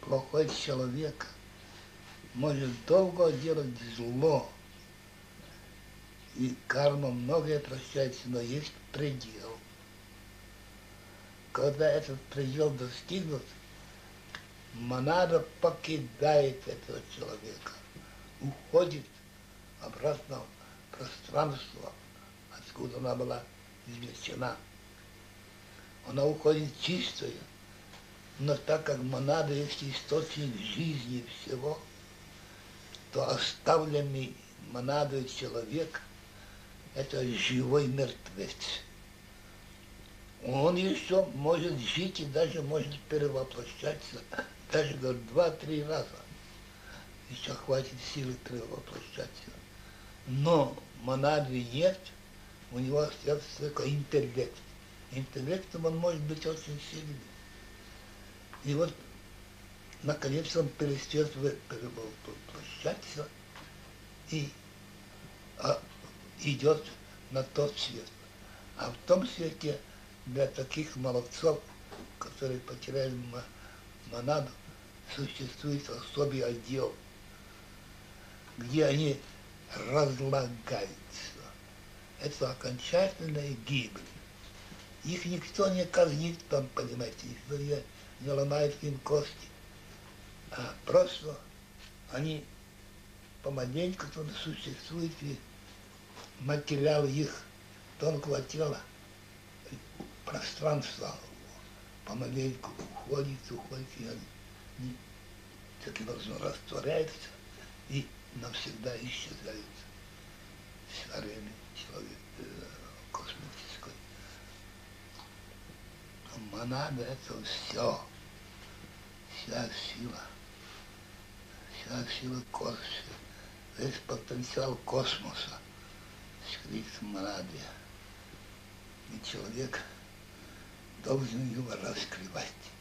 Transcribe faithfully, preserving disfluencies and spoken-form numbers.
плохой человек может долго делать зло, и карма многое прощается, но есть предел. Когда этот предел достигнут, монада покидает этого человека, уходит обратно в пространство, откуда она была извлечена. Она уходит чистая, но так как монада есть источник жизни всего, то оставленный монадой человек – это живой мертвец. Он еще может жить и даже может перевоплощаться, даже два-три раза. Еще хватит силы перевоплощаться. Но монады нет, у него остается только интеллект. Интеллектом он может быть очень сильным. И вот, наконец, он перестает перевоплощаться и а, идет на тот свет. А в том свете для таких молодцов, которые потеряли монаду, существует особый отдел, где они разлагаются. Это окончательная гибель. Их никто не казнит там, понимаете, никто не, не ломает им кости. А просто они помаленьку тут существуют, и материал их тонкого тела, пространство помаленьку уходит, уходит, и они таким образом растворяются и навсегда исчезают с арены человека космической. Монада – это все, вся сила, вся сила космоса, весь потенциал космоса скрыт в монаде. И человек должен его раскрывать.